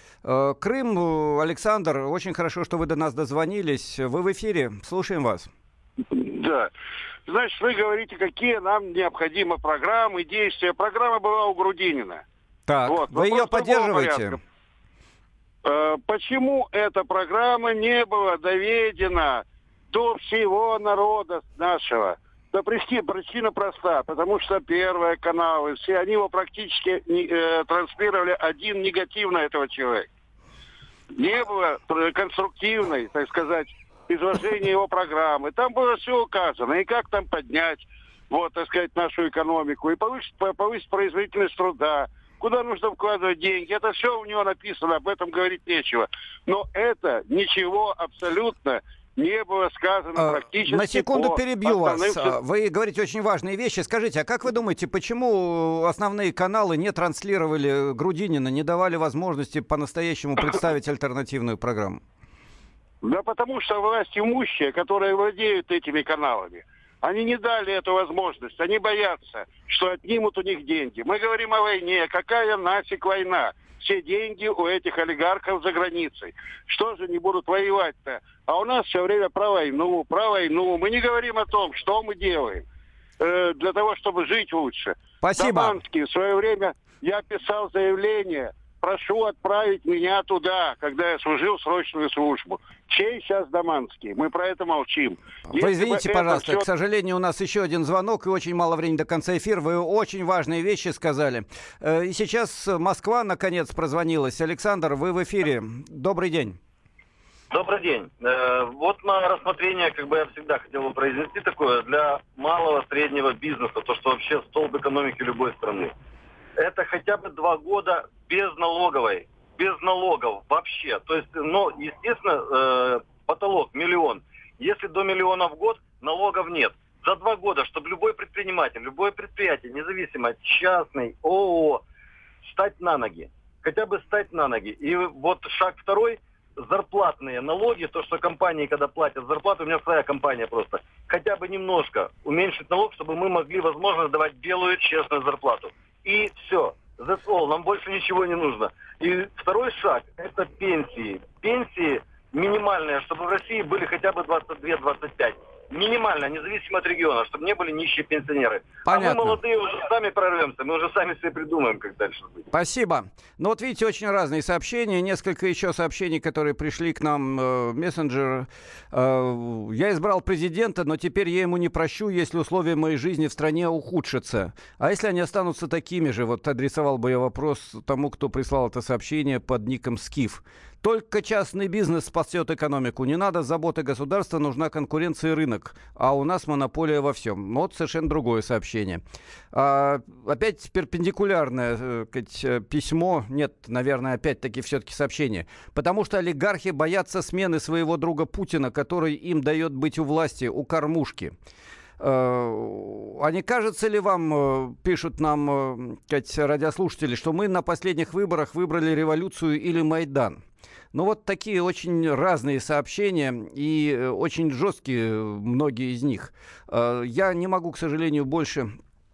Speaker 1: Крым, Александр, очень хорошо, что вы до нас дозвонились. Вы в эфире, слушаем вас.
Speaker 16: Да. Значит, вы говорите, какие нам необходимы программы, действия. Программа была у Грудинина.
Speaker 1: Так,
Speaker 16: вот.
Speaker 1: вы ее поддерживаете?
Speaker 16: Э, почему эта программа не была доведена до всего народа нашего? Да причина, причина проста, потому что первые каналы, все они его практически э, транслировали один негатив на этого человека. Не было конструктивной, так сказать, изложения его программы. Там было все указано, и как там поднять, вот, так сказать, нашу экономику, и повысить, повысить производительность труда, куда нужно вкладывать деньги. Это все у него написано, об этом говорить нечего. Но это ничего абсолютно не было сказано практически.
Speaker 1: На секунду перебью
Speaker 16: основным...
Speaker 1: вас. Вы говорите очень важные вещи. Скажите, а как вы думаете, почему основные каналы не транслировали Грудинина, не давали возможности по-настоящему представить альтернативную программу?
Speaker 16: Да потому что власть имущие, которые владеют этими каналами, они не дали эту возможность. Они боятся, что отнимут у них деньги. Мы говорим о войне. Какая нафиг война? Все деньги у этих олигархов за границей. Что же не будут воевать-то? А у нас все время про войну, про войну. Мы не говорим о том, что мы делаем э, для того, чтобы жить лучше.
Speaker 1: Спасибо.
Speaker 16: Даманский, в свое время я писал заявление, прошу отправить меня туда, когда я служил срочную службу. Чей сейчас Даманский? Мы про это молчим.
Speaker 1: Вы
Speaker 16: Если
Speaker 1: извините, пожалуйста,
Speaker 16: все...
Speaker 1: к сожалению, у нас еще один звонок и очень мало времени до конца эфира. Вы очень важные вещи сказали. И сейчас Москва, наконец, прозвонилась. Александр, вы в эфире. Добрый день.
Speaker 17: Добрый день. Вот на рассмотрение, как бы я всегда хотел бы произнести такое, для малого, среднего бизнеса, то, что вообще столб экономики любой страны. Это хотя бы два года без налоговой, без налогов вообще. То есть, ну, естественно, э, потолок миллион. Если до миллиона в год, налогов нет. За два года, чтобы любой предприниматель, любое предприятие, независимо, частный, ООО, встать на ноги. хотя бы встать на ноги. И вот шаг второй, зарплатные налоги, то, что компании, когда платят зарплату, у меня своя компания просто, хотя бы немножко уменьшить налог, чтобы мы могли, возможно, давать белую, честную зарплату. И все. That's all. Нам больше ничего не нужно. И второй шаг – это пенсии. Пенсии минимальные, чтобы в России были хотя бы двадцать два - двадцать пять. Минимально, независимо от региона, чтобы не были нищие пенсионеры.
Speaker 1: Понятно.
Speaker 17: А мы, молодые, уже сами прорвемся, мы уже сами себе придумаем, как дальше быть.
Speaker 1: Спасибо. Ну вот видите, очень разные сообщения. Несколько еще сообщений, которые пришли к нам э, в мессенджер. Э, я избрал президента, но теперь я ему не прощу, если условия моей жизни в стране ухудшатся. А если они останутся такими же? Вот адресовал бы я вопрос тому, кто прислал это сообщение под ником Скиф. Только частный бизнес спасет экономику. Не надо заботы государства, нужна конкуренция и рынок. А у нас монополия во всем. Вот совершенно другое сообщение. А, опять перпендикулярное э, сказать, письмо. Нет, наверное, опять-таки все-таки сообщение. Потому что олигархи боятся смены своего друга Путина, который им дает быть у власти, у кормушки. А не кажется ли вам, пишут нам сказать, радиослушатели, что мы на последних выборах выбрали революцию или Майдан? Ну вот такие очень разные сообщения и очень жесткие многие из них. Я не могу, к сожалению, больше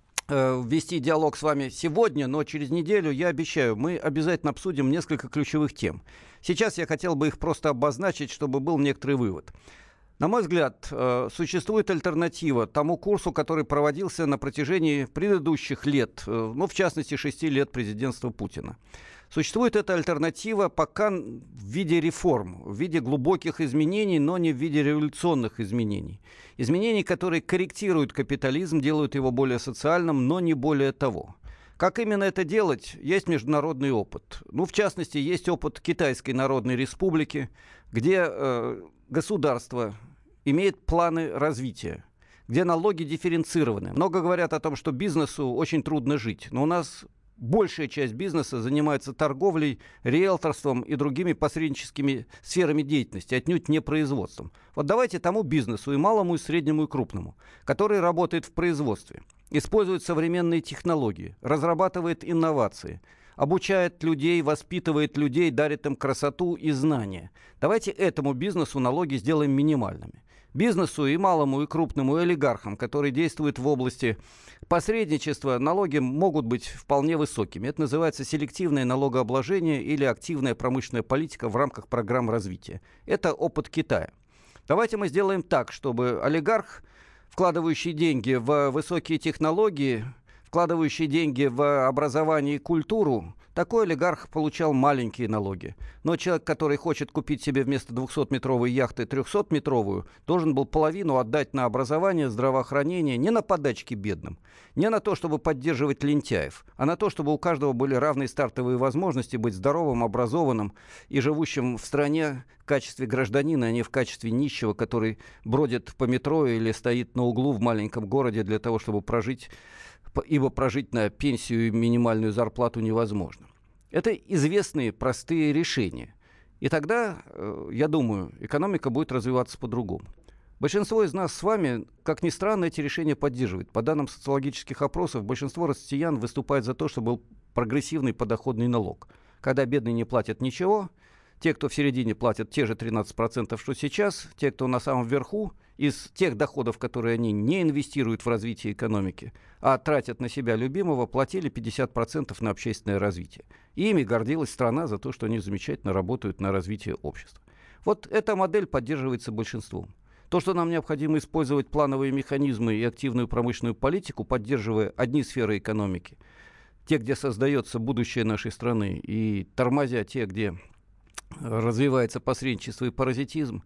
Speaker 1: вести диалог с вами сегодня, но через неделю, я обещаю, мы обязательно обсудим несколько ключевых тем. Сейчас я хотел бы их просто обозначить, чтобы был некоторый вывод. На мой взгляд, существует альтернатива тому курсу, который проводился на протяжении предыдущих лет, ну, в частности, шести лет президентства Путина. Существует эта альтернатива пока в виде реформ, в виде глубоких изменений, но не в виде революционных изменений. Изменений, которые корректируют капитализм, делают его более социальным, но не более того. Как именно это делать, есть международный опыт. Ну, в частности, есть опыт Китайской Народной Республики, где э, государство имеет планы развития, где налоги дифференцированы. Много говорят о том, что бизнесу очень трудно жить, но у нас большая часть бизнеса занимается торговлей, риэлторством и другими посредническими сферами деятельности, отнюдь не производством. Вот давайте тому бизнесу, и малому, и среднему, и крупному, который работает в производстве, использует современные технологии, разрабатывает инновации, обучает людей, воспитывает людей, дарит им красоту и знания. Давайте этому бизнесу налоги сделаем минимальными. Бизнесу и малому, и крупному, и олигархам, которые действуют в области посредничества, налоги могут быть вполне высокими. Это называется селективное налогообложение или активная промышленная политика в рамках программ развития. Это опыт Китая. Давайте мы сделаем так, чтобы олигарх, вкладывающий деньги в высокие технологии, вкладывающий деньги в образование и культуру, такой олигарх получал маленькие налоги. Но человек, который хочет купить себе вместо двухсотметровой яхты трехсотметровую, должен был половину отдать на образование, здравоохранение, не на подачки бедным, не на то, чтобы поддерживать лентяев, а на то, чтобы у каждого были равные стартовые возможности быть здоровым, образованным и живущим в стране в качестве гражданина, а не в качестве нищего, который бродит по метро или стоит на углу в маленьком городе для того, чтобы прожить, ибо прожить на пенсию и минимальную зарплату невозможно. Это известные простые решения. И тогда, я думаю, экономика будет развиваться по-другому. Большинство из нас с вами, как ни странно, эти решения поддерживает. По данным социологических опросов, большинство россиян выступает за то, чтобы был прогрессивный подоходный налог. Когда бедные не платят ничего, те, кто в середине, платят те же тринадцать процентов, что сейчас, те, кто на самом верху, из тех доходов, которые они не инвестируют в развитие экономики, а тратят на себя любимого, платили пятьдесят процентов на общественное развитие. И ими гордилась страна за то, что они замечательно работают на развитие общества. Вот эта модель поддерживается большинством. То, что нам необходимо использовать плановые механизмы и активную промышленную политику, поддерживая одни сферы экономики, те, где создается будущее нашей страны, и тормозя те, где развивается посредничество и паразитизм,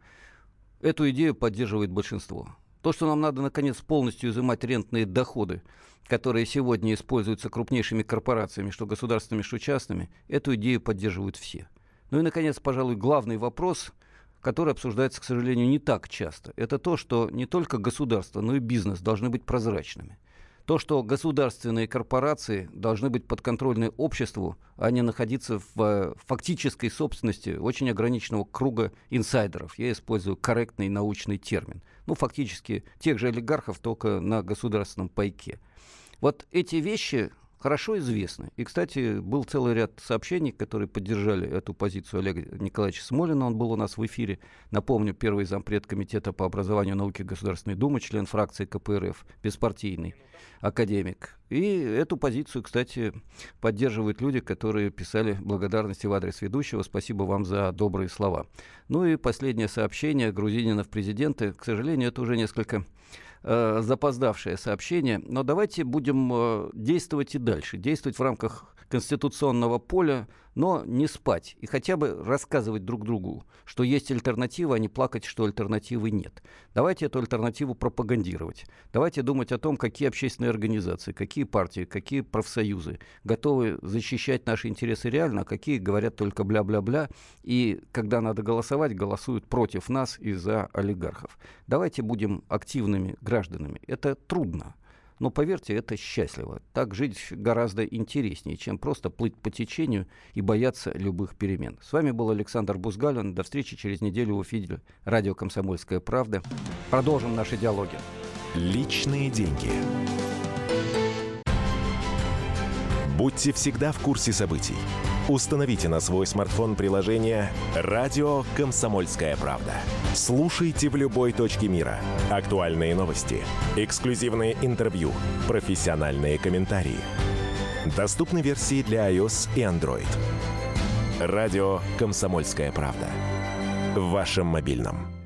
Speaker 1: эту идею поддерживает большинство. То, что нам надо, наконец, полностью изымать рентные доходы, которые сегодня используются крупнейшими корпорациями, что государственными, что частными, эту идею поддерживают все. Ну и, наконец, пожалуй, главный вопрос, который обсуждается, к сожалению, не так часто, это то, что не только государство, но и бизнес должны быть прозрачными. То, что государственные корпорации должны быть подконтрольны обществу, а не находиться в фактической собственности очень ограниченного круга инсайдеров. Я использую корректный научный термин. Ну, фактически тех же олигархов, только на государственном пайке. Вот эти вещи хорошо известны. И, кстати, был целый ряд сообщений, которые поддержали эту позицию Олега Николаевича Смолина. Он был у нас в эфире. Напомню, первый зампред Комитета по образованию и науке Государственной Думы, член фракции ка пэ эр эф, беспартийный академик. И эту позицию, кстати, поддерживают люди, которые писали благодарности в адрес ведущего. Спасибо вам за добрые слова. Ну и последнее сообщение Грузинина в президенты. К сожалению, это уже несколько э, запоздавшее сообщение. Но давайте будем э, действовать и дальше. Действовать в рамках конституционного поля, но не спать. И хотя бы рассказывать друг другу, что есть альтернатива, а не плакать, что альтернативы нет. Давайте эту альтернативу пропагандировать. Давайте думать о том, какие общественные организации, какие партии, какие профсоюзы готовы защищать наши интересы реально, а какие говорят только бля-бля-бля. И когда надо голосовать, голосуют против нас и за олигархов. Давайте будем активными гражданами. Это трудно. Но, поверьте, это счастливо. Так жить гораздо интереснее, чем просто плыть по течению и бояться любых перемен. С вами был Александр Бузгалин. До встречи через неделю в эфире радио «Комсомольская правда». Продолжим наши диалоги.
Speaker 18: Личные деньги. Будьте всегда в курсе событий. Установите на свой смартфон приложение «Радио Комсомольская правда». Слушайте в любой точке мира. Актуальные новости, эксклюзивные интервью, профессиональные комментарии. Доступны версии для iOS и Android. «Радио Комсомольская правда». В вашем мобильном.